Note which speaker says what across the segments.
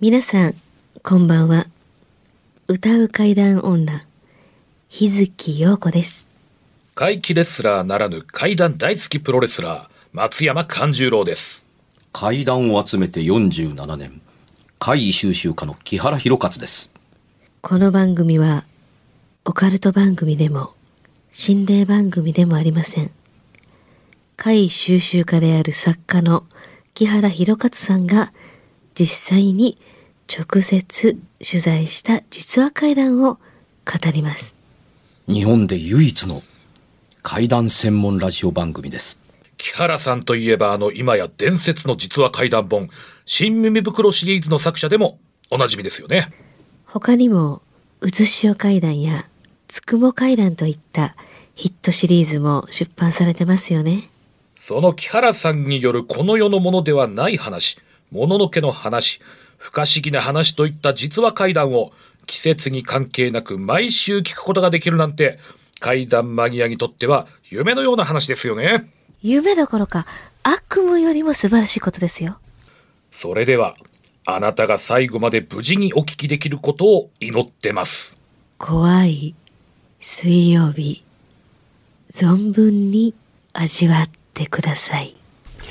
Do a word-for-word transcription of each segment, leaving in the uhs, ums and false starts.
Speaker 1: 皆さんこんばんは。歌う怪談女日月陽子です。
Speaker 2: 怪奇レスラーならぬ怪談大好きプロレスラー松山勘十郎です。
Speaker 3: 怪談を集めてよんじゅうななねん、怪異収集家の木原博勝です。
Speaker 1: この番組はオカルト番組でも心霊番組でもありません。怪異収集家である作家の木原博勝さんが実際に直接取材した実話怪談を語ります。
Speaker 3: 日本で唯一の怪談専門ラジオ番組です。
Speaker 2: 木原さんといえばあの今や伝説の実話怪談本新耳袋シリーズの作者でもおなじみですよね。
Speaker 1: 他にもうずしお怪談やつくも怪談といったヒットシリーズも出版されてますよね。
Speaker 2: その木原さんによるこの世のものではない話、もののけの話、不可思議な話といった実話怪談を季節に関係なく毎週聞くことができるなんて怪談マニアにとっては夢のような話ですよね。
Speaker 1: 夢どころか悪夢よりも素晴らしいことですよ。
Speaker 2: それではあなたが最後まで無事にお聞きできることを祈ってます。
Speaker 1: 怖い水曜日、存分に味わってください。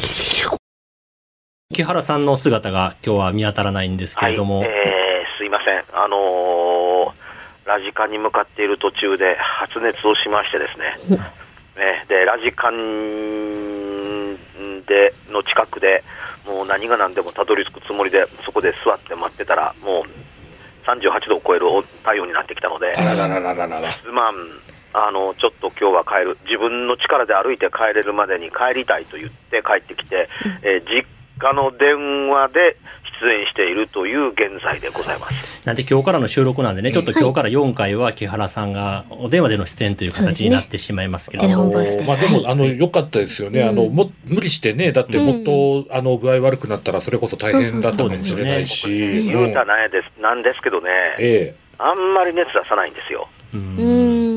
Speaker 4: 木原さんの姿が今日は見当たらないんですけれども、
Speaker 5: はい、えー、すいません、あのー、ラジカンに向かっている途中で発熱をしましてですね、ねでラジカンでの近くでもう何が何でもたどり着くつもりでそこで座って待ってたらもうさんじゅうはちどを超える体温になってきたので、
Speaker 2: あらららららら、
Speaker 5: すまん、あのちょっと今日は帰る、自分の力で歩いて帰れるまでに帰りたいと言って帰ってきて、えー、実家の電話で出演しているという現在でございます。
Speaker 4: なんで今日からの収録なんでね、ちょっと今日からよんかいは木原さんがお電話での出演という形になってしまいますけども、
Speaker 1: そうですね、
Speaker 2: まあでも、はい、あの良かったですよね、うん、あのも無理してね、だってもっと、うん、あの具合悪くなったらそれこそ大変だったかもしれないし、
Speaker 5: 言うたらです、なんですけどね、ええ、あんまり熱出さないんですよ。うん、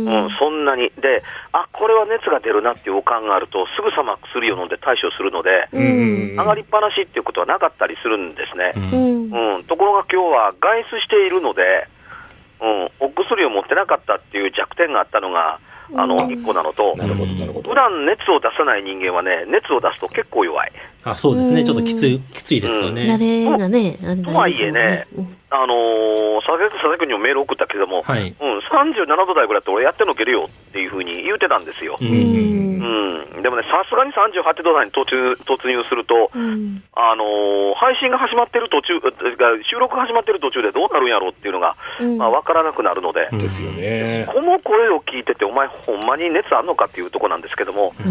Speaker 5: うん、そんなにで、あ、これは熱が出るなっていう予感があるとすぐさま薬を飲んで対処するので、うん、上がりっぱなしっていうことはなかったりするんですね。うんうん、ところが今日は外出しているので、うん、お薬を持ってなかったっていう弱点があったのがあの一個なのと、なるほどなるほど、普段熱を出さない人間はね、熱を出すと結構弱い。
Speaker 4: あ、そうですね、ちょっときつい、きついですよね。
Speaker 1: 慣れがね、
Speaker 5: あれとはいえね、うん、あのー、佐々木佐々木君にもメール送ったけども、はい、うん、さんじゅうななど台ぐらいだって俺やってんのけるよっていうふうに言うてたんですよ。うん、うん、でもね、さすがにさんじゅうはちど台に突入、突入すると、うん、あのー、配信が始まってる途中、収録が始まってる途中でどうなるんやろうっていうのが、うん、まあ、分からなくなるので、
Speaker 2: ですよね。
Speaker 5: この声を聞いてて、お前ほんまに熱あんのかっていうところなんですけども、うん、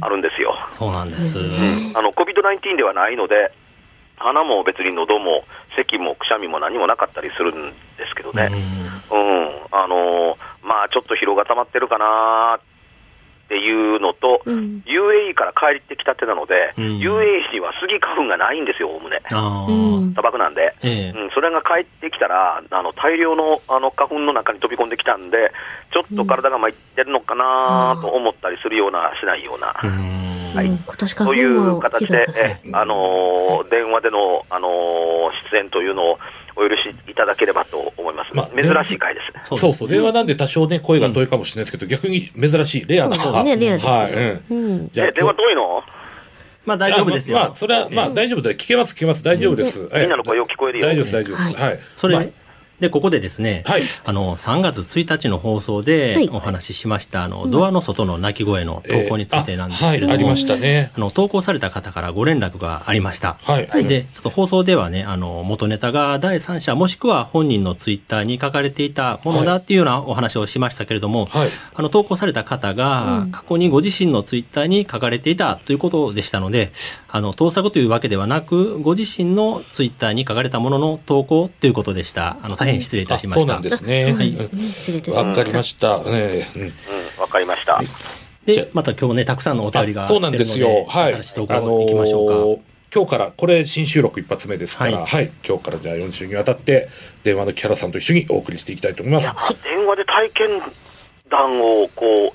Speaker 5: あるんですよ。
Speaker 4: そうなんです。うん、
Speaker 5: あの コビッドナインティーン ではないので、鼻も別に喉も咳もくしゃみも何もなかったりするんですけどね、うん、うん、あのー、まあちょっと疲労が溜まってるかなっていうのと、うん、ユーエーイー から帰ってきたてなので、うん、ユーエーイー にはスギ花粉がないんですよ、おおむね。砂漠なんで、ええ、うん、それが帰ってきたらあの大量の、あの花粉の中に飛び込んできたんで、ちょっと体が参ってるのかなと思ったりするような、しないような、はい、という形で、え、あのー、電話での、あのー、出演というのをお許しいただければと思います。まあ、珍しい回です。
Speaker 2: そうそう、電話なんで多少ね声が遠いかもしれないですけど、うん、逆に珍しいレアな、
Speaker 1: そうね、レアです、はい、
Speaker 5: うんうん、じゃあ電話遠いの？
Speaker 4: まあ大丈夫ですよ。
Speaker 2: まあそれはまあ大丈夫だ、聞けます聞けます、大丈夫です。
Speaker 5: みんなの声を聞こえるよ。
Speaker 2: 大丈夫です大丈夫です。はい。はい、
Speaker 4: それ、
Speaker 2: まあ
Speaker 4: でここでですね、はい、あのさんがつついたちの放送でお話ししました、はい、あのドアの外の鳴き声の投稿についてなんですけれども、えーあはい、ありましたね、あの投稿された方からご連絡がありました、はい、でちょっと放送ではね、あの元ネタが第三者もしくは本人のツイッターに書かれていたものだっていうようなお話をしましたけれども、はい、あの投稿された方が過去にご自身のツイッターに書かれていたということでしたので、あの盗作というわけではなくご自身のツイッターに書かれたものの投稿ということでした。あの大変失礼いたしました。
Speaker 2: なんですね。はい。わかりました。うん、うん、
Speaker 5: わかりました。
Speaker 4: で、また今日ね、たくさんのお便りが来てるので、そうなんですよ。はい。新しい投稿行きましょうか。あのー、
Speaker 2: 今日からこれ新収録一発目ですから、はい、はい、今日からじゃあよん週にわたって電話の木原さんと一緒にお送りしていきたいと思います。
Speaker 5: いや、電話で体験談をこう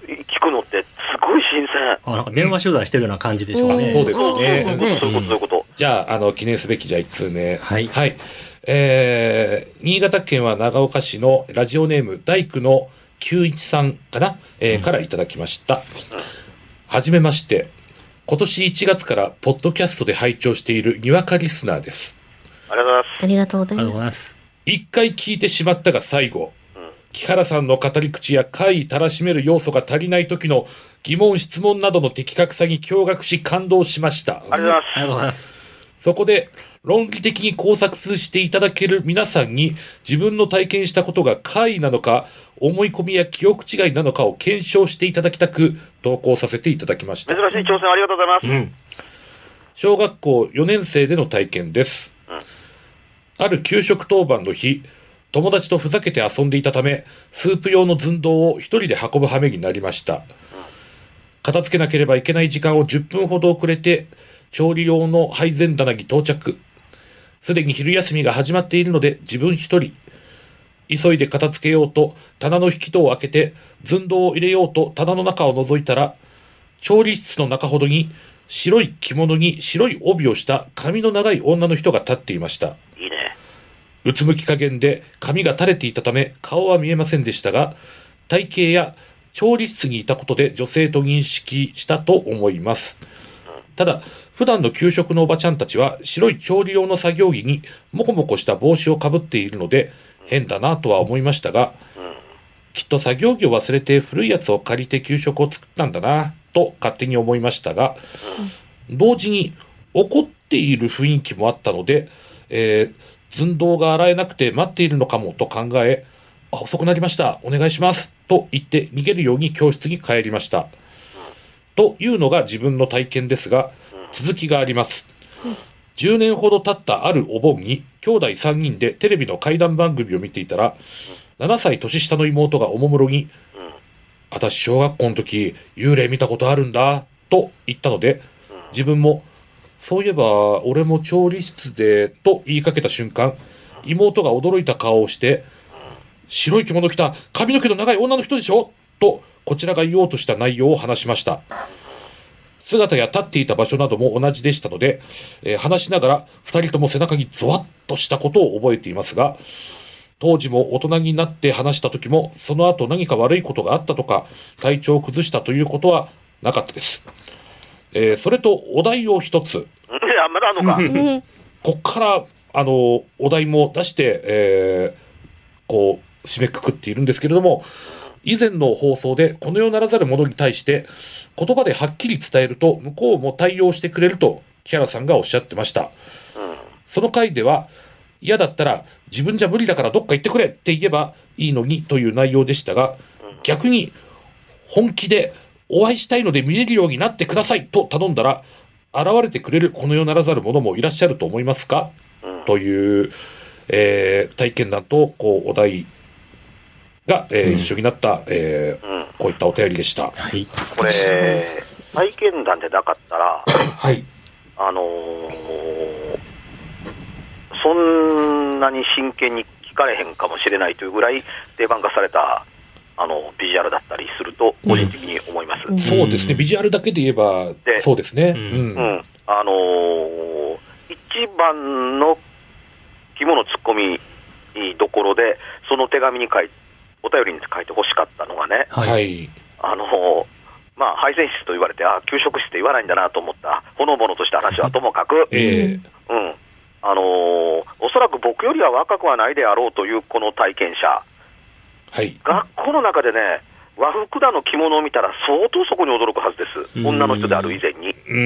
Speaker 5: 聞くのってすごい新鮮。
Speaker 4: あ、なんか電話取材してるような感じでしょうね。
Speaker 2: そうですね。
Speaker 5: そういうこと、そういうこと。
Speaker 2: じゃあ、あの、記念すべきじゃあいちつうめ。
Speaker 4: はい。
Speaker 2: はい。えー、新潟県は長岡市のラジオネーム大工のきゅういちさんかな、えーうん、からいただきました。はじめまして。今年いちがつからポッドキャストで拝聴しているにわかリスナーです。
Speaker 5: ありがとうございます。
Speaker 1: ありがとうございます。
Speaker 2: 一回聞いてしまったが最後、うん、木原さんの語り口や怪異たらしめる要素が足りない時の疑問質問などの的確さに驚愕し感動しました。
Speaker 5: ありがとうございます。
Speaker 4: ありがとうございます。
Speaker 2: そこで論理的に考察していただける皆さんに自分の体験したことが怪異なのか思い込みや記憶違いなのかを検証していただきたく投稿させていただきました。
Speaker 5: 珍しい挑戦ありがとうございます、うん、
Speaker 2: 小学校よねん生での体験です、うん、ある給食当番の日、友達とふざけて遊んでいたためスープ用の寸胴を一人で運ぶ羽目になりました、うん、片付けなければいけない時間をじゅっぷんほど遅れて調理用の配膳棚に到着。すでに昼休みが始まっているので自分一人急いで片付けようと棚の引き戸を開けて寸胴を入れようと棚の中を覗いたら、調理室の中ほどに白い着物に白い帯をした髪の長い女の人が立っていました。
Speaker 5: いいね。
Speaker 2: うつむき加減で髪が垂れていたため顔は見えませんでしたが、体型や調理室にいたことで女性と認識したと思います。ただ普段の給食のおばちゃんたちは白い調理用の作業着にモコモコした帽子をかぶっているので変だなとは思いましたが、きっと作業着を忘れて古いやつを借りて給食を作ったんだなと勝手に思いましたが、同時に怒っている雰囲気もあったので、えー、寸胴が洗えなくて待っているのかもと考え、あ、遅くなりました、お願いしますと言って逃げるように教室に帰りました。というのが自分の体験ですが、続きがあります。じゅうねんほど経ったあるお盆に兄弟さんにんでテレビの怪談番組を見ていたら、ななさい年下の妹がおもむろに、私小学校の時幽霊見たことあるんだと言ったので、自分もそういえば俺も調理室でと言いかけた瞬間、妹が驚いた顔をして、白い着物着た髪の毛の長い女の人でしょとこちらが言おうとした内容を話しました。姿や立っていた場所なども同じでしたので、えー、話しながらふたりとも背中にゾワッとしたことを覚えていますが、当時も大人になって話した時もその後何か悪いことがあったとか体調を崩したということはなかったです、えー、それとお題を一つ、い
Speaker 5: やまだあんのか
Speaker 2: こっからあのお題も出して、えー、こう締めくくっているんですけれども、以前の放送でこの世ならざるものに対して言葉ではっきり伝えると向こうも対応してくれると木原さんがおっしゃってました、うん、その回では嫌だったら自分じゃ無理だからどっか行ってくれって言えばいいのにという内容でしたが、逆に本気でお会いしたいので見れるようになってくださいと頼んだら現れてくれるこの世ならざる者もいらっしゃると思いますか、うん、という、えー、体験談とこうお題が、えーうん、一緒になった、えーうん、こういったお便りでした、
Speaker 4: はい、
Speaker 5: これ体験談でなかったら
Speaker 2: はい
Speaker 5: あのー、そんなに真剣に聞かれへんかもしれないというぐらい定番化されたあのビジュアルだったりすると個人的に思います、
Speaker 2: うん、そうですね、ビジュアルだけで言えばそうですね、
Speaker 5: うんうん、あのー、一番の肝のツッコミどころでその手紙に書いてお便りに書いてほしかったのがね、
Speaker 2: はい、
Speaker 5: あのーまあ、配膳室と言われて、あ、給食室って言わないんだなと思った、ほのぼのとした話はともかく、
Speaker 2: えー
Speaker 5: うんあのー、おそらく僕よりは若くはないであろうというこの体験者、
Speaker 2: はい、
Speaker 5: 学校の中でね、和服だの着物を見たら相当そこに驚くはずです、女の人である以前に。
Speaker 2: うん、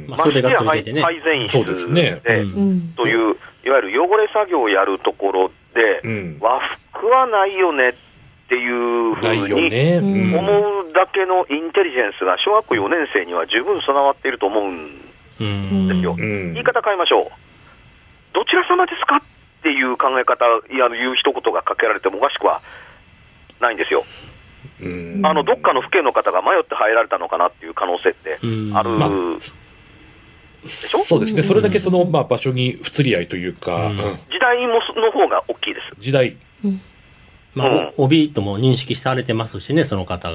Speaker 5: ましてや配膳室で、
Speaker 2: ね
Speaker 5: うん、という、いわゆる汚れ作業をやるところで、うん、和服はないよねっていうふうに思うだけのインテリジェンスが小学校よねん生には十分備わっていると思うんですよ、うん、言い方変えましょう、どちら様ですかっていう考え方やいう一言がかけられてもおかしくはないんですよ、うん、あのどっかの府県の方が迷って入られたのかなっていう可能性ってある、まあ、でしょ。
Speaker 2: そうですね、それだけその、まあ、場所に不釣り合いというか、うん、
Speaker 5: 時代もの方が大きいです。
Speaker 2: 時代、
Speaker 4: うんまあ、うん、帯とも認識されてますしね、その方が。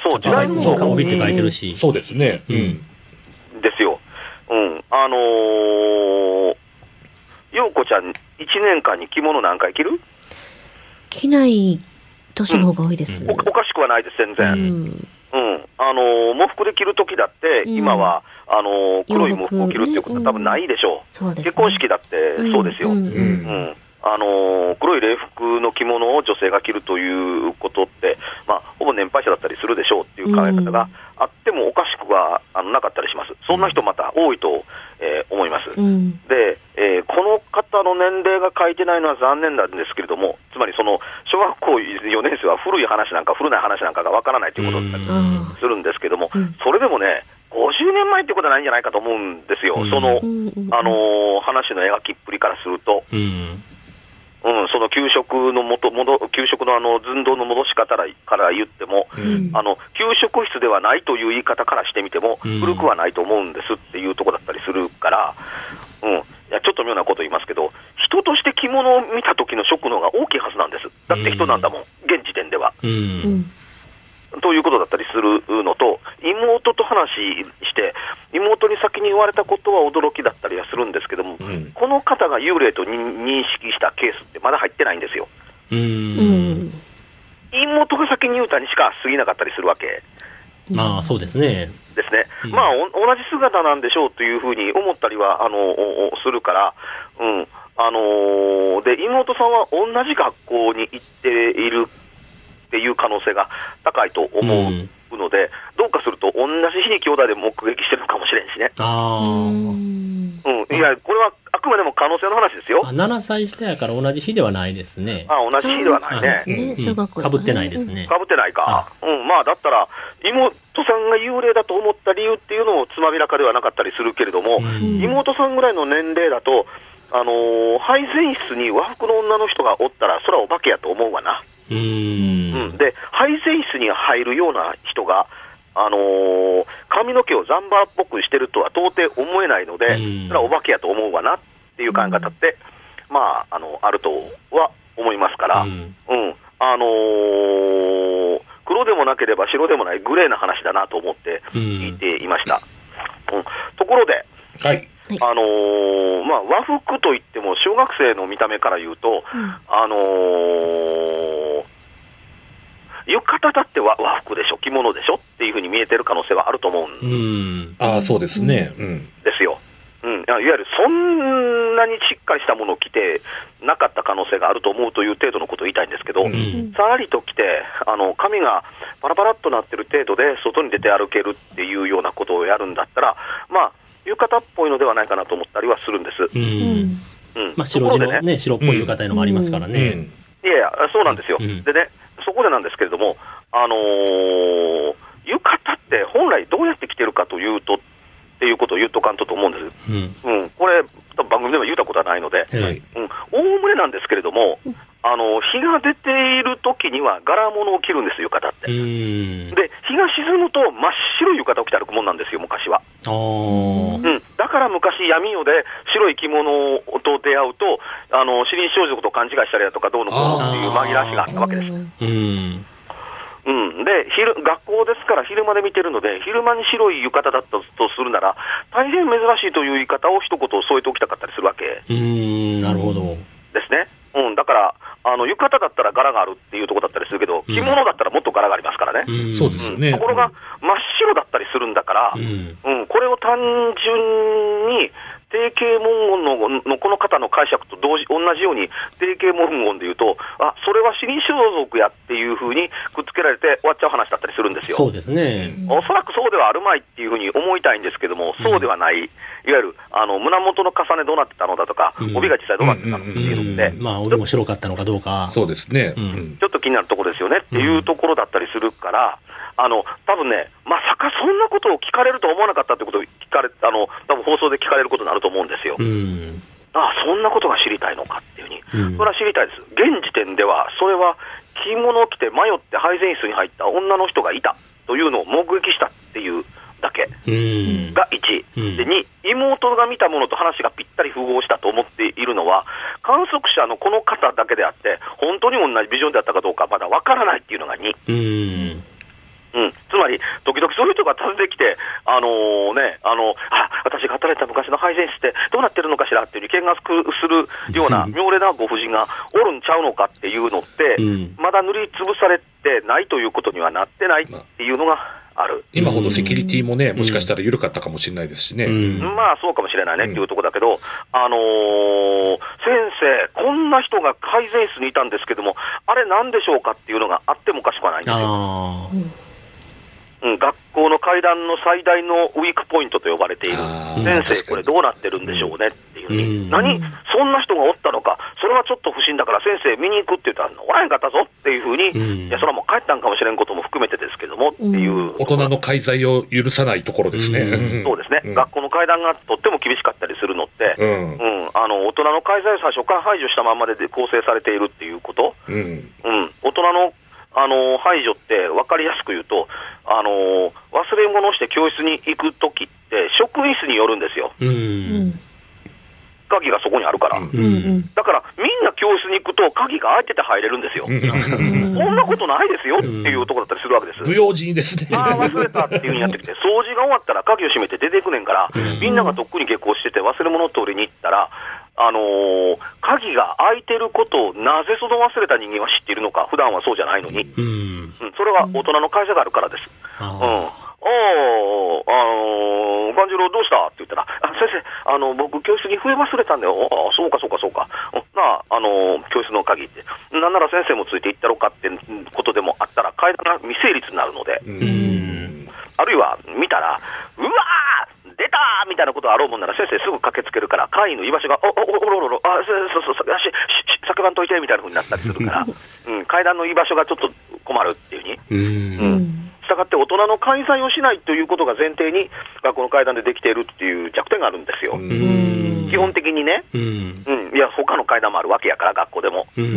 Speaker 5: そう、時代も
Speaker 4: 帯って書いてるし、
Speaker 2: そうですね、うん、
Speaker 5: ですよ、うん、あのー、陽子ちゃん、いちねんかんに着物何回着る？
Speaker 1: 着ない年の方が多いです、
Speaker 5: うん、お, おかしくはないです、全然。うんうん、あのー、喪服で着るときだって、うん、今はあのー、黒い喪服を着るっていうことは多分ないでしょう、うんそうですね、結婚式だってそうですよ、うんうんうんあのー、黒い礼服の着物を女性が着るということって、まあ、ほぼ年配者だったりするでしょうっていう考え方があってもおかしくはあのなかったりします、そんな人また多いと、えー、思います、うん、で、えー、この方の年齢が書いてないのは残念なんですけれども、つまりその小学校よねん生は古い話なんか古ない話なんかがわからないということだったりするんですけども、うん、それでもねごじゅうねんまえってことはないんじゃないかと思うんですよ、うん、その、あのー、話の描きっぷりからすると、うんうん、その給食の元戻給食のあの寸胴の戻し方から言っても、うん、あの給食室ではないという言い方からしてみても、うん、古くはないと思うんですっていうところだったりするから、うん、いやちょっと妙なこと言いますけど、人として着物を見た時のショックの方が大きいはずなんです。だって人なんだもん、現時点では。うんということだったりするのと、妹と話して、妹に先に言われたことは驚きだったりはするんですけども、うん、この方が幽霊と認識したケースってまだ入ってないんですよ。うーん妹が先に言うたにしか過ぎなかったりするわけ。
Speaker 4: まあそうですね。
Speaker 5: ですね。
Speaker 4: うん、
Speaker 5: まあ同じ姿なんでしょうというふうに思ったりはあのするから、うんあのー、で妹さんは同じ学校に行っているっていう可能性が高いと思うので、うん、どうかすると同じ日に兄弟で目撃してるかもしれんしね。あうんいやこれはあくまでも可能性の話ですよ。
Speaker 4: あななさい下やから同じ日ではないですね。
Speaker 5: あ同じ日ではないね。
Speaker 4: かぶってないですね。
Speaker 5: かぶってないか。うんまあだったら妹さんが幽霊だと思った理由っていうのもつまびらかではなかったりするけれども、うん、妹さんぐらいの年齢だとあのー、配膳室に和服の女の人がおったらそれはお化けやと思うわな。うーん、うん、で配膳室に入るような人が、あのー、髪の毛をザンバーっぽくしてるとは到底思えないので、それはお化けやと思うわなっていう考え方って、まあ、あのあるとは思いますから、うん、うん、あのー、黒でもなければ白でもないグレーな話だなと思って聞いていました。うんうん、ところで、はいあのーまあ、和服といっても小学生の見た目から言うと、うん、あのー、浴衣だって 和, 和服でしょ着物でしょっていうふうに見えてる可能性はあると思うん
Speaker 2: うんあそうですね、うん、
Speaker 5: ですよ、うん、いわゆるそんなにしっかりしたものを着てなかった可能性があると思うという程度のことを言いたいんですけど、うん、さらりと着てあの髪がパラパラっとなってる程度で外に出て歩けるっていうようなことをやるんだったらまあ浴衣っぽいのではないかなと思ったりはするんです。うん
Speaker 4: うんまあ、白地の、ねね、白っぽい浴衣いうのもありますからね、うんうん、
Speaker 5: いやいやそうなんですよ、うん、でねそこでなんですけれども、あのー、浴衣って本来どうやって着てるかというとっていうことを言っとかんとと思うんです、うんうん、これ番組でも言ったことはないので、おおむねなんですけれども、あの日が出ている時には柄物を着るんです浴衣って。で日が沈むと真っ白い浴衣を着て歩くもんなんですよ昔は。うん、だから昔闇夜で白い着物と出会うとあの死人装束と勘違いしたりだとかどうのこうのっていう紛らわしがあったわけです。うんうん、で昼学校ですから昼間で見てるので昼間に白い浴衣だったとするなら大変珍しいという言い方を一言添えておきたかったりするわけ。
Speaker 4: うーんなるほど
Speaker 5: ですね。うん、だからあの浴衣だったら柄があるっていうところだったりするけど、着物だったらもっと柄がありますからね。
Speaker 2: うん、そうですよね。
Speaker 5: ところが真っ白だったりするんだから、うんうん、これを単純に定型文言 の, のこの方の解釈と同じ同じように定型文言で言うと、あそれは死人装束やっていうふうにくっつけられて終わっちゃう話だったりするんですよ。
Speaker 4: そうですね。
Speaker 5: おそらくそうではあるまいっていうふうに思いたいんですけども、そうではない。いわゆるあの胸元の重ねどうなってたのだとか、うん、帯が実際どうなってたのっていうので、
Speaker 4: うんうん、まあ帯も白かったのかどうか、
Speaker 2: そうですね、
Speaker 5: うん、ちょっと気になるところですよねっていうところだったりするから、あの多分ね、まさかそんなことを聞かれると思わなかったってことを聞かれあの多分放送で聞かれることになると思うんですよ。うん、ああそんなことが知りたいのかっていうふうに、うん、それは知りたいです。現時点ではそれは着物を着て迷って配膳室に入った女の人がいたというのを目撃したっていうだけがいち、うん、でに妹が見たものと話がぴったり符合したと思っているのは観測者のこの方だけであって本当に同じビジョンであったかどうかまだわからないっていうのがに、うんうん、つまり、時々そういう人が訪ねてきて、あのーね、あのあ私が働いた昔の配膳室ってどうなってるのかしらっていう見学するような妙齢なご婦人がおるんちゃうのかっていうのって、うん、まだ塗りつぶされてないということにはなってないっていうのがある。
Speaker 2: 今ほどセキュリティもね、もしかしたら緩かったかもしれないですしね。
Speaker 5: うん、まあそうかもしれないねっていうところだけど、あのー、先生、こんな人が改善室にいたんですけども、あれなんでしょうかっていうのがあってもおかしくはないんですよ。あうん、学校の階段の最大のウィークポイントと呼ばれている、先生、これどうなってるんでしょうねっていうに、うん、何、そんな人がおったのか、それはちょっと不審だから先生見に行くって言ったら、おらへんかったぞっていうふうに、うん、いや、それはもう帰ったんかもしれんことも含めてですけどもっていう、うん、
Speaker 2: 大人の介在を許さないところですね。
Speaker 5: うん、そうですね、うん、学校の階段がとっても厳しかったりするのって、うんうん、あの大人の介在を最初から排除したままで構成されているっていうこと、うんうん、大人のあの排除って分かりやすく言うと、あの忘れ物をして教室に行くときって職員室によるんですよ、うん、鍵がそこにあるから、うん、だからみんな教室に行くと鍵が開いてて入れるんですよ、うん、そんなことないですよっていうところだったりするわけです。
Speaker 2: 不用心ですね。
Speaker 5: ああ忘れたっていう風にやってきて、掃除が終わったら鍵を閉めて出ていくねんから、うん、みんながとっくに下校してて忘れ物を取りに行ったら、あのー、鍵が開いてることをなぜその忘れた人間は知っているのか、普段はそうじゃないのに、うんうん、それは大人の会社があるからです。うん、ああ、あのー、勘十郎どうしたって言ったら、あ先生、あの僕教室に笛忘れたんだよ。ああ、そうかそうかそうか。なあ、あのー、教室の鍵って、なんなら先生もついていったろかってことでもあったら階段が未成立になるので、うんあるいは見たら、うわー出たーみたいなことがあろうもんなら先生すぐ駆けつけるから、会員の居場所がおおおろろろあそうそうそうし叫ばんといてみたいな風になったりするから、うん、階段の居場所がちょっと困るっていうふうに、うん、したがって大人の介在をしないということが前提に学校の階段でできているっていう弱点があるんですよ。うん基本的にね、うんうん、いや他の階段もあるわけやから学校でも、うんうん、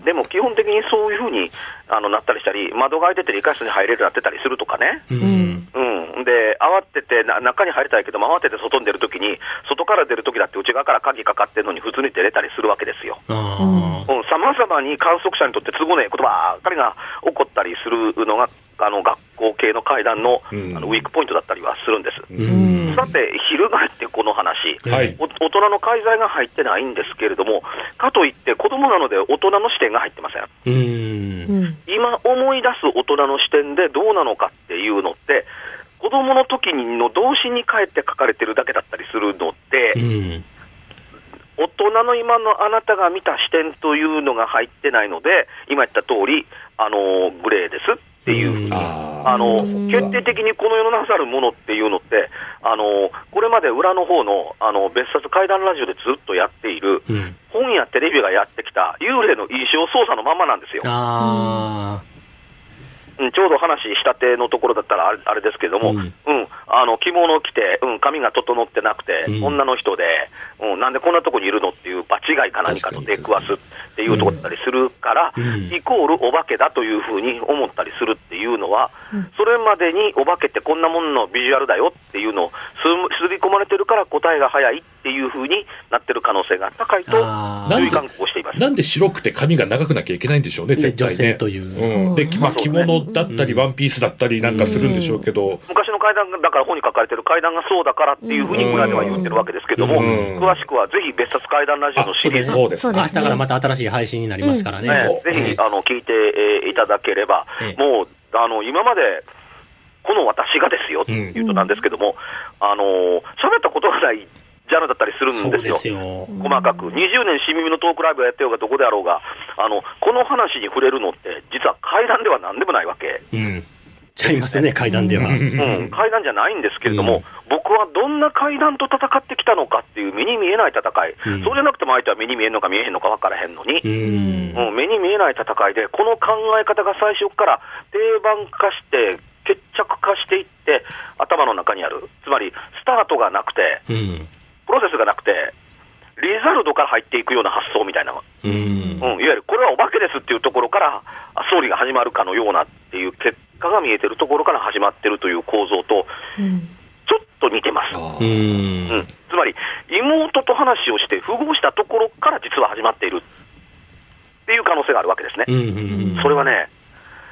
Speaker 5: でも基本的にそういうふうにあのなったりしたり、窓が開いてて理科室に入れるようになってたりするとかね、うんうん、で慌ててな中に入りたいけども慌てて外に出るときに、外から出るときだって内側から鍵かかってるのに普通に出れたりするわけですよ。さまざまに観測者にとって都合のいいことばっかりが起こったりするのがあの学校系の階段 の,、うん、あのウィークポイントだったりはするんです。うんさて翻ってこの話、はい、大人の介在が入ってないんですけれども、かといって子供なので大人の視点が入ってません。うん今思い出す大人の視点でどうなのかっていうのって、子供の時の動詞に帰って書かれてるだけだったりするので、うん大人の今のあなたが見た視点というのが入ってないので、今言った通りあのグレーですっていう、うん、ああの決定的にこの世のなさるものっていうのってあのこれまで裏の方のあの別冊怪談ラジオでずっとやっている、うん、本やテレビがやってきた幽霊の印象操作のままなんですよ。あうん、ちょうど話したてのところだったらあれ、あれですけども、うんうん、あの着物を着て、うん、髪が整ってなくて、うん、女の人で、うん、なんでこんなとこにいるのっていう場違いか何かと出くわすっていうところだったりするから、うん、イコールお化けだというふうに思ったりするっていうのは、うん、それまでにお化けってこんなもののビジュアルだよっていうのをすり込まれてるから答えが早いっていうふうになってる可能性が高いと注意勧告をしています。
Speaker 2: なんで白くて髪が長くなきゃいけないんでしょうね、絶対ね。女性という、うん、で、まあ、着物だったりワンピースだったりなんかするんでしょうけど、うん、
Speaker 5: 昔の怪談だから本に書かれてる怪談がそうだからっていうふうに村では言ってるわけですけども、詳しくはぜひ別冊怪談ラジオのシリーズ、
Speaker 4: そうですね、明日からまた新しい配信になりますからね、
Speaker 5: うんね、ぜひあの聞いて、えー、いただければ、ええ、もうあの今までこの私がですよっていうとなんですけども、うん、あの喋ったことがないジャンルだったりするんですよ。細かくにじゅうねん新耳のトークライブをやってようがどこであろうが、あのこの話に触れるのって実は怪談では何でもないわけ、うん、
Speaker 4: ちゃいますね、怪談では、うん
Speaker 5: うん、怪談じゃないんですけれども、うん、僕はどんな怪談と戦ってきたのかっていう目に見えない戦い、うん、そうじゃなくても相手は目に見えるのか見えへんのか分からへんのに、うんうん、目に見えない戦いでこの考え方が最初から定番化して決着化していって頭の中にある、つまりスタートがなくて、うんプロセスがなくてリザルトから入っていくような発想みたいな、うんうん、いわゆるこれはお化けですっていうところから総理が始まるかのようなっていう結果が見えてるところから始まってるという構造とちょっと似てます、うんうん、つまり妹と話をして符合したところから実は始まっているっていう可能性があるわけですね、うんうんうん、それはね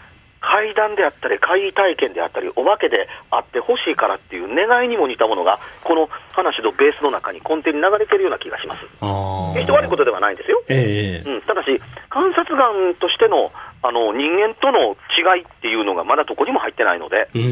Speaker 5: 怪談であったり怪異体験であったりお化けであってほしいからっていう願いにも似たものがこの話のベースの中に根底に流れてるような気がします。決して悪いことではないんですよ、えーうん、ただし観察眼としてのあの人間との違いっていうのがまだどこにも入ってないので、うん、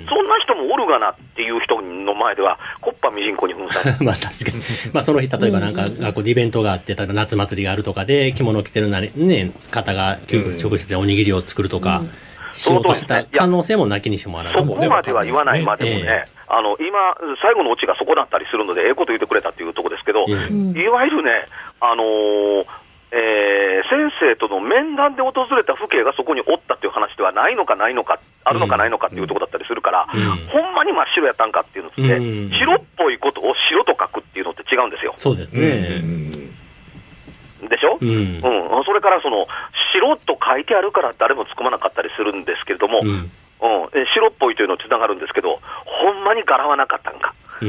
Speaker 5: そんな人もおるがなっていう人の前ではコッパみじんこに粉砕
Speaker 4: まあ確かに、まあ、その日例えばなんか学校でイベントがあって例えば夏祭りがあるとかで着物を着てるなり、ね、方が給食室でおにぎりを作るとか、うん、しようとした可能性もなきにしもあらず、
Speaker 5: そこまでは言わないまでもね、えーあの今、最後のオチがそこだったりするので、ええこと言ってくれたっていうところですけど、うん、いわゆるね、あのーえー、先生との面談で訪れた父兄がそこにおったっていう話ではないのかないのか、あるのかないのかっていうところだったりするから、うん、ほんまに真っ白やったんかっていうのって、うん、白っぽいことを白と書くっていうのって違うんですよ。
Speaker 4: そうですね。
Speaker 5: うん、でしょ、うんうん、それからその白と書いてあるから誰も突っ込まなかったりするんですけれども、うんうん、白っぽいというのにつながるんですけど、ほんまに柄はなかったんか、うん、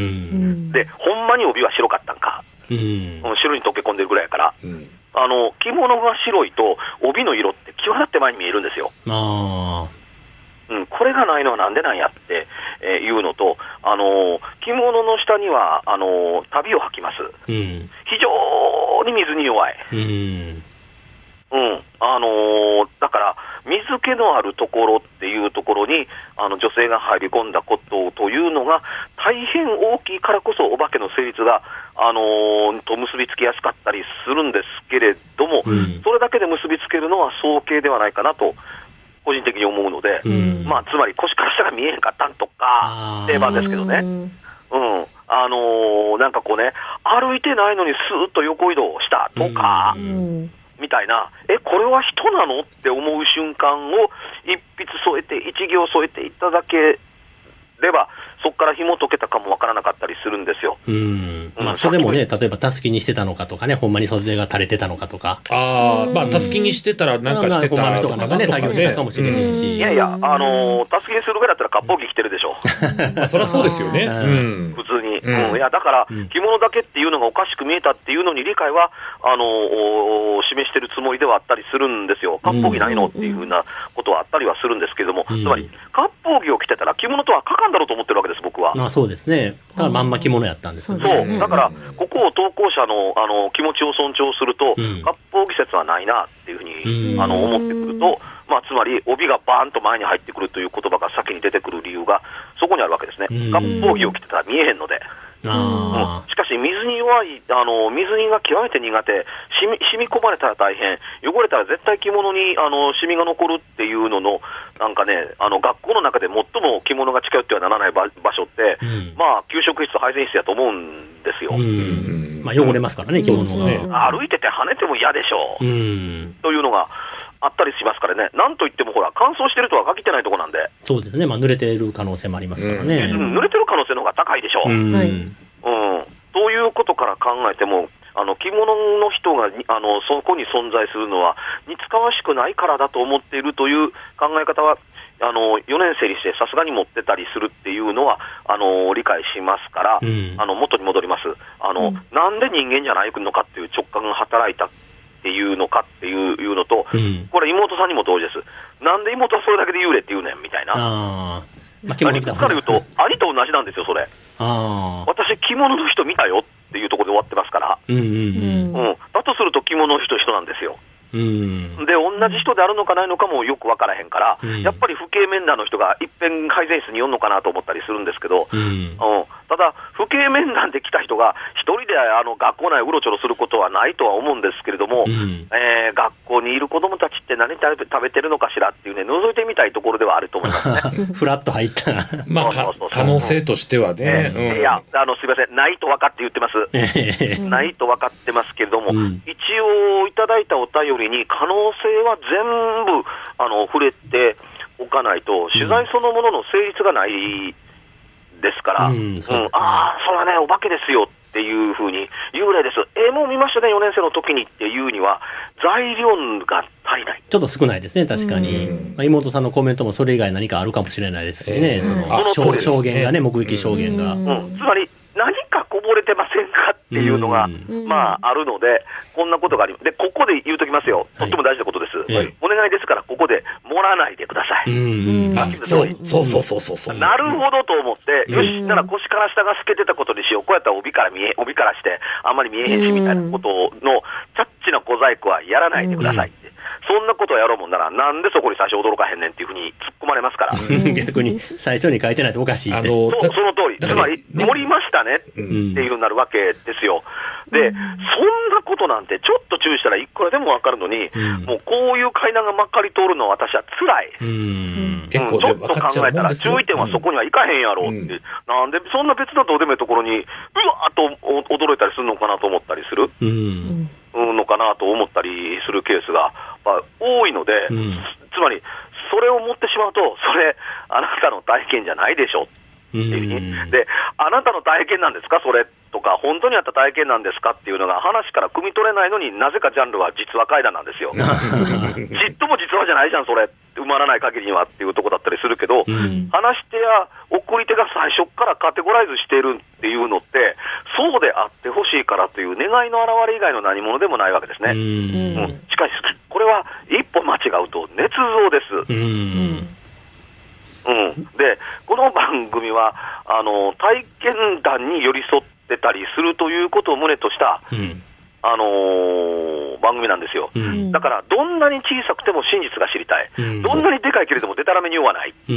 Speaker 5: でほんまに帯は白かったんか、うん、白に溶け込んでるぐらいやから、うん、あの着物が白いと帯の色って際立って前に見えるんですよ。あ、うん、これがないのはなんでなんやって、えー、いうのと、あのー、着物の下にはあのー、旅を履きます、うん、非常に水に弱い、うんうん、あのー、だから水気のあるところっていうところにあの女性が入り込んだことというのが大変大きいからこそお化けの成立が、あのー、と結びつきやすかったりするんですけれども、うん、それだけで結びつけるのは早計ではないかなと個人的に思うので、うん、まあ、つまり腰から下が見えへんかったんとか定番ですけどね、うん、あのー、なんかこうね、歩いてないのにスーッと横移動したとか、うんみたいな、え、これは人なのって思う瞬間を一筆添えて一行添えていただければそこから紐解けたかもわからなかったりするんですよ。うん、
Speaker 4: まあそれもね、例えばたすきにしてたのかとかね、ほんまに袖が垂れてたのかとか、
Speaker 2: ああ、まあたすきにしてたらなんかしてたとか、まあ、
Speaker 4: ほんまの人がね作業してたかもしれへんし、
Speaker 5: いやいや、あのー、たすきにするぐらいだったら割烹着着てるでしょ
Speaker 2: まあそりゃそうですよね、うん、
Speaker 5: 普通に、うんうん、いやだから着物だけっていうのがおかしく見えたっていうのに理解はあのー、示してるつもりではあったりするんですよ。割烹着ないのっていうふうなことはあったりはするんですけれども、うん、つまり割烹着を着てたら着物とは書かんだろうと思ってるわけです僕は。
Speaker 4: ああ、そうですね。だからまんま着物やったんですよね。
Speaker 5: そうだからここを投稿者の、あの気持ちを尊重すると、うん、割烹着説はないなっていうふうに、うん、あの思ってくると、まあ、つまり帯がバーンと前に入ってくるという言葉が先に出てくる理由がそこにあるわけですね。割烹着を着てたら見えへんので。あ、うん、しかし水に弱い、あの水煮が極めて苦手、染み、染み込まれたら大変、汚れたら絶対着物にあの染みが残るっていうののなんかね、あの学校の中で最も着物が近寄ってはならない場所って、うん、まあ給食室と配膳室だと思うんですよ。うん、
Speaker 4: まあ、汚れますからね、着物がね、
Speaker 5: 歩いてて跳ねても嫌でしょう、うん、というのがあったりしますからね。なんといってもほら乾燥してるとは限ってないところなんで。
Speaker 4: そうですね、まあ、濡れてる可能性もありますからね、
Speaker 5: うん、濡れてる可能性の方が高いでしょう、うんはいうん、ということから考えてもあの着物の人があのそこに存在するのは似つかわしくないからだと思っているという考え方はあのよねん生にしてさすがに持ってたりするっていうのはあの理解しますから、うん、あの元に戻ります。あの、うん、なんで人間じゃないのかっていう直感が働いたっていうのかっていうのと、うん、これ妹さんにも同時です。なんで妹はそれだけで幽霊って言うねんみたいな。あ、まあ、理屈から言うと兄と同じなんですよそれ。あ、私着物の人見たよっていうところで終わってますから、うんうんうんうん、だとすると着物の人人なんですよ。うん、で同じ人であるのかないのかもよく分からへんから、うん、やっぱり父兄面談の人がいっぺん改善室に寄るのかなと思ったりするんですけど、うんうん、ただ父兄面談で来た人が一人であの学校内うろちょろすることはないとは思うんですけれども、うんえー、学校にいる子どもたちって何食べ、食べてるのかしらっていうね、覗いてみたいところではあると思いますね
Speaker 4: フラッと入った
Speaker 2: まあ可能性としてはね、
Speaker 5: えーうん、いやあのすいません、ないと分かって言ってますないと分かってますけれども、うん、一応いただいたお便りに可能性は全部あの触れておかないと取材そのものの成立がないですから、うんうんそうですね、ああそれはねお化けですよっていうふうに幽霊です、えー、もう見ましたねよねん生の時にっていうには材料が足りない、
Speaker 4: ちょっと少ないですね確かに、まあ、妹さんのコメントもそれ以外何かあるかもしれないですしね、えー、その、うん、証言がね、目撃証言が、うん
Speaker 5: うん、つまり何かこぼれてませんかっていうのが、まあ、あるので、こんなことがあります。で、ここで言うときますよ。とっても大事なことです。はい、お願いですから、ここで、漏らないでください。
Speaker 2: うん、あ、そうそうそうそうそうそう。
Speaker 5: なるほどと思って、よし、なら腰から下が透けてたことにしよう。こうやったら帯から見え、帯からして、あんまり見えへんしみたいなことの、チャッチな小細工はやらないでくださいって。そんなことをやろうもんなら、なんでそこに最初驚かへんねんっていうふうに突っ込まれますから。
Speaker 4: 逆に、最初に書いてないとおかしいって。
Speaker 5: あのそ, その通り。つまり、盛りましたねっていうふうになるわけですよ。で、そんなことなんてちょっと注意したらいくらでもわかるのに、うん、もうこういう階段がまかり通るのは私は辛い。うん、結構、ね、ちょっと考えたら注意点はそこにはいかへんやろうって、うん、なんでそんな別などうでもいいところにうわーっと驚いたりするのかなと思ったりする、うんうん、のかなと思ったりするケースが、まあ、多いので、うん、つまりそれを持ってしまうと、それあなたの体験じゃないでしょっていうふうに、で、あなたの体験なんですかそれとか、本当にあった体験なんですかっていうのが話から汲み取れないのに、なぜかジャンルは実話怪談なんですよ。ちっとも実話じゃないじゃんそれ、埋まらない限りにはっていうところだったりするけど、うん、話し手や送り手が最初からカテゴライズしているっていうのって、そうであってほしいからという願いの表れ以外の何者でもないわけですね。うんうん、しかしこれは一歩間違うと捏造です。うんうん、でこの番組はあの体験談に寄り添ってたりするということを旨とした、うんあのー、番組なんですよ、うん、だからどんなに小さくても真実が知りたい、うん、どんなにでかいけれどもでたらめに酔わない、うん、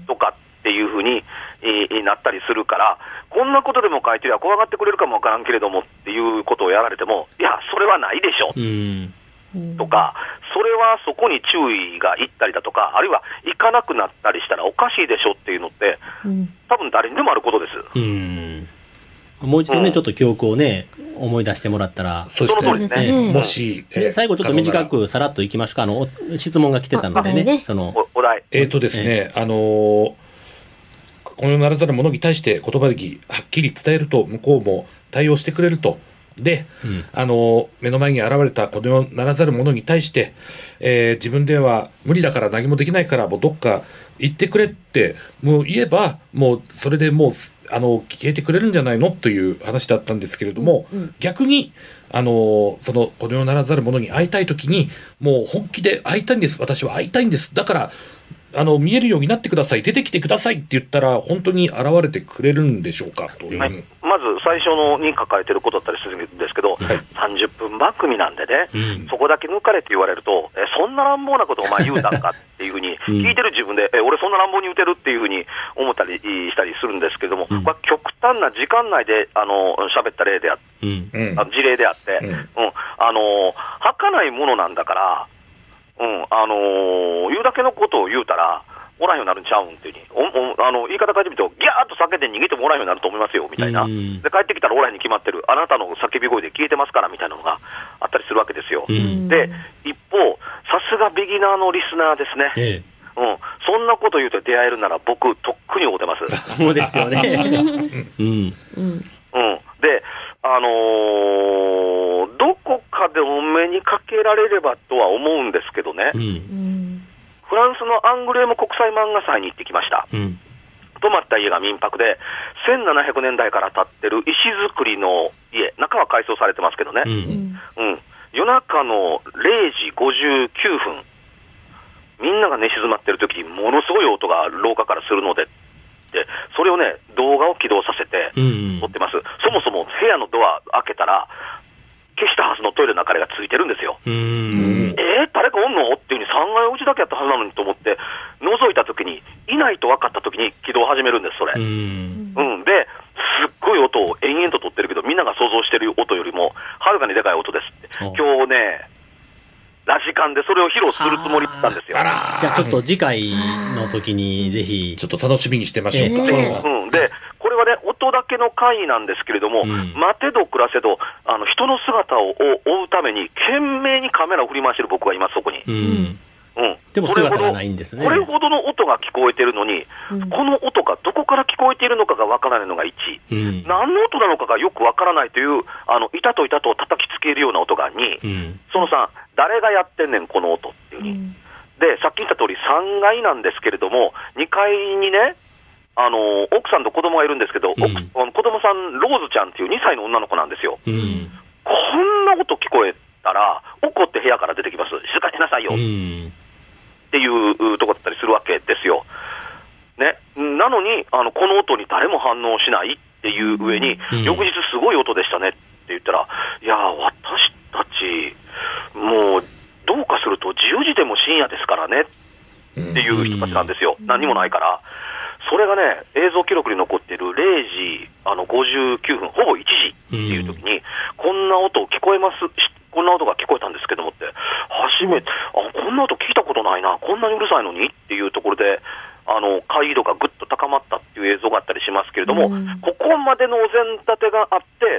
Speaker 5: とかっていうふうに、えー、なったりするから、こんなことでも書いてりゃ怖がってくれるかもわからんけれどもっていうことをやられても、いやそれはないでしょ、うんとか、それはそこに注意がいったりだとか、あるいは行かなくなったりしたらおかしいでしょっていうのって、うん、多分誰にでもあることです。
Speaker 4: うんもう一度ね、うん、ちょっと記憶をね、思い出してもらったら、
Speaker 2: そうですね、もし、
Speaker 4: えー、最後ちょっと短くさらっといきましょうか。あの質問が来てたのでね、その
Speaker 5: お題
Speaker 2: えっ、ー、とですね、えー、あのー、このようならざる者に対して言葉ではっきり伝えると向こうも対応してくれると。で、うん、あの目の前に現れたこの世ならざる者に対して、えー、自分では無理だから何もできないからもうどっか行ってくれってもう言えばもうそれでもうあの消えてくれるんじゃないのという話だったんですけれども、うん、逆にあのそのこの世ならざる者に会いたいときにもう本気で会いたいんです、私は会いたいんです、だからあの見えるようになってください、出てきてくださいって言ったら本当に現れてくれるんでしょうかという、はい、
Speaker 5: まず最初のに書かれてることだったりするんですけど、はい、さんじゅっぷん番組なんでね、うん、そこだけ抜かれって言われると、えそんな乱暴なことお前言うたんかっていうふうに聞いてる自分で、うん、え俺そんな乱暴に言うてるっていうふうに思ったりしたりするんですけども、うん、これは極端な時間内であの喋った例であって、うん、あの事例であって、うんうん、あの儚いものなんだからうん、あのー、言うだけのことを言うたらおらんようになるんちゃうんっていうふうにおおあの言い方変えてみるとギャーッと叫んで逃げてもおらんようになると思いますよみたいな、で帰ってきたらおらんに決まってる、あなたの叫び声で消えてますからみたいなのがあったりするわけですよ。で一方さすがビギナーのリスナーですね、ええうん、そんなこと言うと出会えるなら僕とっくに会うてます。
Speaker 4: そうですよねうん、
Speaker 5: うん、であのー、どこかでお目にかけられればとは思うんですけどね、うん、フランスのアングレーム国際漫画祭に行ってきました、うん、泊まった家が民泊でせんななひゃくねんだいから建ってる石造りの家、中は改装されてますけどね、うんうん、夜中のれいじごじゅうきゅうふんみんなが寝静まってる時にものすごい音が廊下からするので、でそれをね動画を起動させて撮ってます、うんうん、そもそも部屋のドア開けたら消したはずのトイレの明かりがついてるんですよ。うーんえー、誰かおんのっていう風にさんがいうちだけやったはずなのにと思って覗いた時にいないと分かった時に起動を始めるんですそれ。うーん、うん、ですっごい音を延々と撮ってるけどみんなが想像してる音よりもはるかにでかい音ですって今日ねラジカンでそれを披露するつもりだったんですよ。
Speaker 4: じゃあちょっと次回の時にぜひ
Speaker 2: ちょっと楽しみにしてましょうか、え
Speaker 5: ーうん、でこれはね音だけの回なんですけれども、うん、待てど暮らせどあの人の姿を追うために懸命にカメラを振り回してる僕がいますそこに、うんうん、
Speaker 4: でも姿がないんですね。
Speaker 5: これほどの音が聞こえてるのに、うん、この音がどこから聞こえているのかがわからないのがいち、うん、何の音なのかがよくわからないというあの板と板と叩きつけるような音がに、うん、そのさん誰がやってんねんこの音っていうに、うん、でさっき言った通りさんがいなんですけれどもにかいにねあの奥さんと子供がいるんですけど、うん、子供さんローズちゃんっていうにさいの女の子なんですよ、うん、こんな音聞こえたら怒って部屋から出てきます。静かにしなさいよ、うん、っっていうとこだったりするわけですよ。ね、なのにあのこの音に誰も反応しないっていう上に、うん、翌日すごい音でしたねって言ったら、いや私たちもうどうかするとじゅうじでも深夜ですからねっていう人たちなんですよ、うん、何もないから。それがね、映像記録に残っているれいじあのごじゅうきゅうふん、ほぼいちじっていう時に、うん、こんな音聞こえます、こんな音が聞こえたんですけどもって、初めて、あ、こんな音聞いたことないな、こんなにうるさいのにっていうところで、あの解度がぐっと高まったっていう映像があったりしますけれども、うん、ここまでのお膳立てがあって、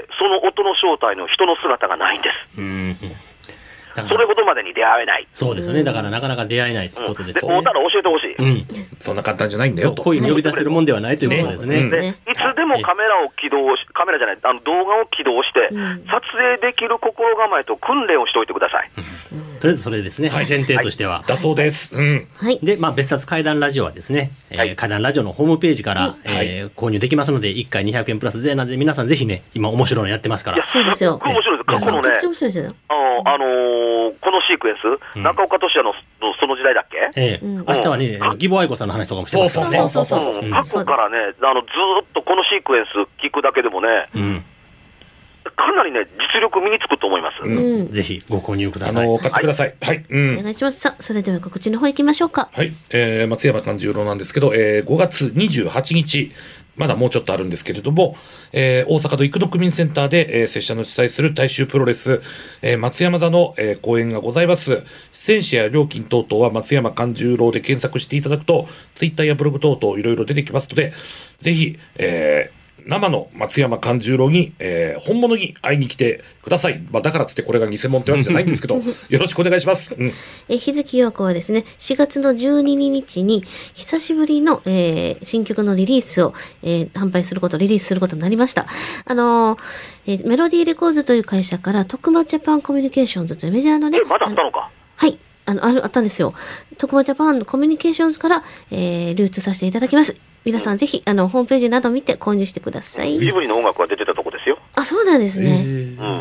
Speaker 5: その音の正体の人の姿がないんです。うん、それほどまでに出会えない。
Speaker 4: そうですよね。だからなかなか出会えないということですね。
Speaker 5: で、会うたら教えてほしい。
Speaker 2: うん。そんな簡単じゃないんだよと。
Speaker 4: 声に呼び出せるもんではないということですね。
Speaker 5: で、いつでもカメラを起動し、カメラじゃない、あの動画を起動して、撮影できる心構えと訓練をしておいてください。
Speaker 4: うん、とりあえずそれですね。はい、前提としては。
Speaker 2: だそうです。うん。
Speaker 4: はい。で、まあ、別冊怪談ラジオはですね、えー、怪談ラジオのホームページから、はい、えー、購入できますので、いっかいにひゃくえんプラス税なんで、皆さんぜひね、今面白いのやってますから。いや、
Speaker 1: そうですよ。
Speaker 5: 面白いです。過去のね、あの、あのー、このシークエンス、うん、中岡俊也のその時代だっけ、
Speaker 4: ええ、うん、明日はね、義母愛子さんの話とかもしてますからね。
Speaker 5: そうそうそうそう、うん、過去からね、あのずっとこのシークエンス聞くだけでもね、うん、かなりね、実力身につくと思います。
Speaker 4: うん、ぜひご購入ください。
Speaker 2: あの買ってください。はい。はい、うん、
Speaker 1: お願いします。さあ、それでは告知の方行きましょうか。
Speaker 2: はい。えー、松山勘十郎なんですけど、えー、ごがつにじゅうはちにち、まだもうちょっとあるんですけれども、えー、大阪の生野区民センターで、えー、拙者の主催する大衆プロレス、えー、松山座の、えー、公演がございます。出演者や料金等々は松山勘十郎で検索していただくと、ツイッターやブログ等々いろいろ出てきますので、ぜひ、えー、生の松山勘十郎に、えー、本物に会いに来てください。まあ、だからつってこれが偽物ってわけじゃないんですけど、よろしくお願いします。うん、
Speaker 1: え日月陽子はですね、しがつのじゅうににちに久しぶりの、えー、新曲のリリースを、えー、販売すること、リリースすることになりました。あのーえー、メロディーレコーズという会社から徳間ジャパンコミュニケーションズというメジャーのね、
Speaker 5: えまだあったのか。
Speaker 1: はい。あの、ある、あったんですよ。徳間ジャパンコミュニケーションズから、えー、流通させていただきます。皆さんぜひ、あの、ホームページなど見て購入してください。
Speaker 5: ジブリの音楽が出てたとこですよ。
Speaker 1: あ、そうなんですね。うん。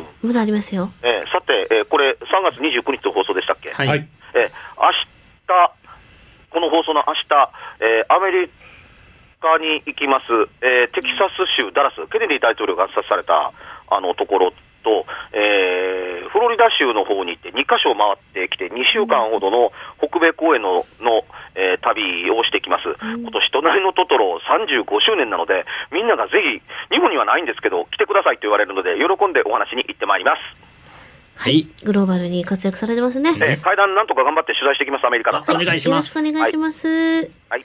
Speaker 1: まだありますよ。
Speaker 5: えー、さて、えー、これさんがつにじゅうくにちの放送でしたっけ。
Speaker 4: はい。
Speaker 5: えー、明日、この放送の明日、えー、アメリカに行きます、えー、テキサス州ダラス、ケネディ大統領が暗殺された、あの、ところと、えー、フロリダ州の方に行ってにかしょ回ってきてにしゅうかんほどの北米公演の、のえー、旅をしてきます。うん、今年隣のトトロさんじゅうごしゅうねんなので、みんながぜひ、日本にはないんですけど来てくださいと言われるので、喜んでお話に行ってまいります。
Speaker 1: はい、グローバルに活躍されてますね。
Speaker 5: えー、会談なんとか頑張って取材してきます。アメリカだったら
Speaker 4: お願いします。
Speaker 1: よろしくお願いします。はい、はい、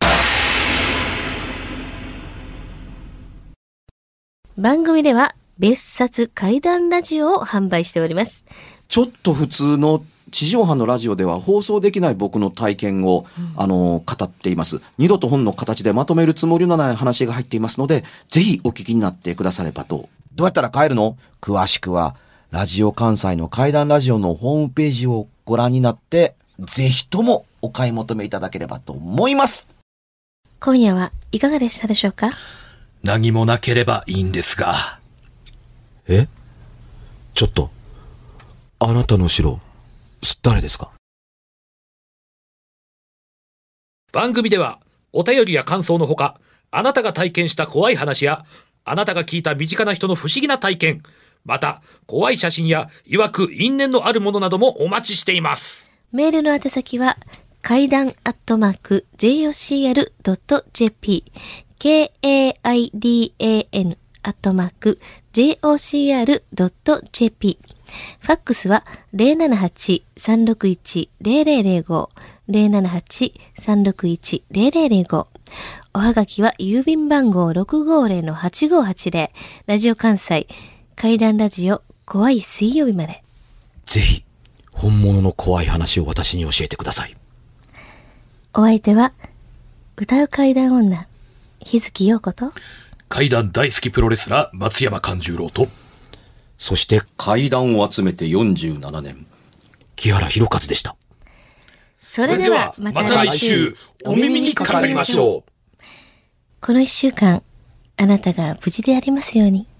Speaker 1: 番組では別冊怪談ラジオを販売しております。
Speaker 3: ちょっと普通の地上波のラジオでは放送できない僕の体験を、うん、あの語っています。二度と本の形でまとめるつもりのない話が入っていますので、ぜひお聞きになってくださればと。どうやったら帰るの？詳しくはラジオ関西の怪談ラジオのホームページをご覧になって、ぜひともお買い求めいただければと思います。
Speaker 1: 今夜はいかがでしたでしょうか？
Speaker 2: 何もなければいいんですが。
Speaker 3: え？ちょっと、あなたの城、誰ですか？
Speaker 2: 番組ではお便りや感想のほか、あなたが体験した怖い話やあなたが聞いた身近な人の不思議な体験、また怖い写真や曰く因縁のあるものなどもお待ちしています。
Speaker 1: メールの宛先は怪談アットマーク ジェイオーシーアールドットジェーピー ケーエーアイディーエーエヌ アットマーク ジェイオーシーアールドットジェーピー。ファックスは ゼロななはち さんろくいち ゼロゼロゼロご ゼロななはち さんろくいち ゼロゼロゼロご。おはがきは郵便番号 ろくごーぜろのはちごーはちゼロ ラジオ関西怪談ラジオ怖い水曜日まで。
Speaker 3: ぜひ本物の怖い話を私に教えてください。
Speaker 1: お相手は歌う怪談女日月陽子と
Speaker 2: 怪談大好きプロレスラー松山勘十郎と、
Speaker 3: そして怪談を集めてよんじゅうななねん、木原博一でした。
Speaker 1: それではまた来週
Speaker 2: お耳にかかりましょう。
Speaker 1: この一週間あなたが無事でありますように。